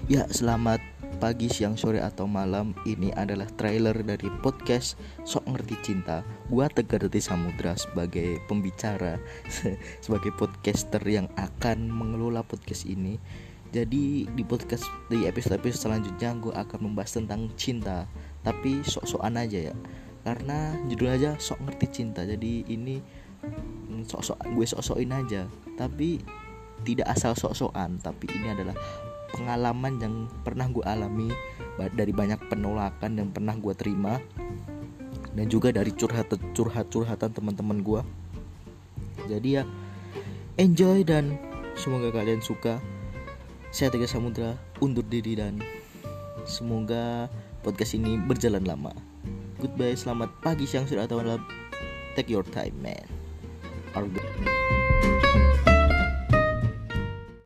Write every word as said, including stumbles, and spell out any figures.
Ya, selamat pagi, siang, sore, atau malam. Ini adalah trailer dari podcast Sok Ngerti Cinta. Gua Tegar Reti Samudra sebagai pembicara, sebagai podcaster yang akan mengelola podcast ini. Jadi di podcast di episode-episode selanjutnya gue akan membahas tentang cinta, tapi sok-sokan aja ya. Karena judul aja Sok Ngerti Cinta. Jadi ini mm, sok-sok gue sok-sokin aja, tapi tidak asal sok-sokan, tapi ini adalah pengalaman yang pernah gue alami dari banyak penolakan yang pernah gue terima, dan juga dari curhat curhat curhatan teman-teman gue. Jadi ya, enjoy dan semoga kalian suka. Saya Tegar Samudra undur diri dan semoga podcast ini berjalan lama. Goodbye, selamat pagi, siang, sore, atau malam. Take your time, man. Are good.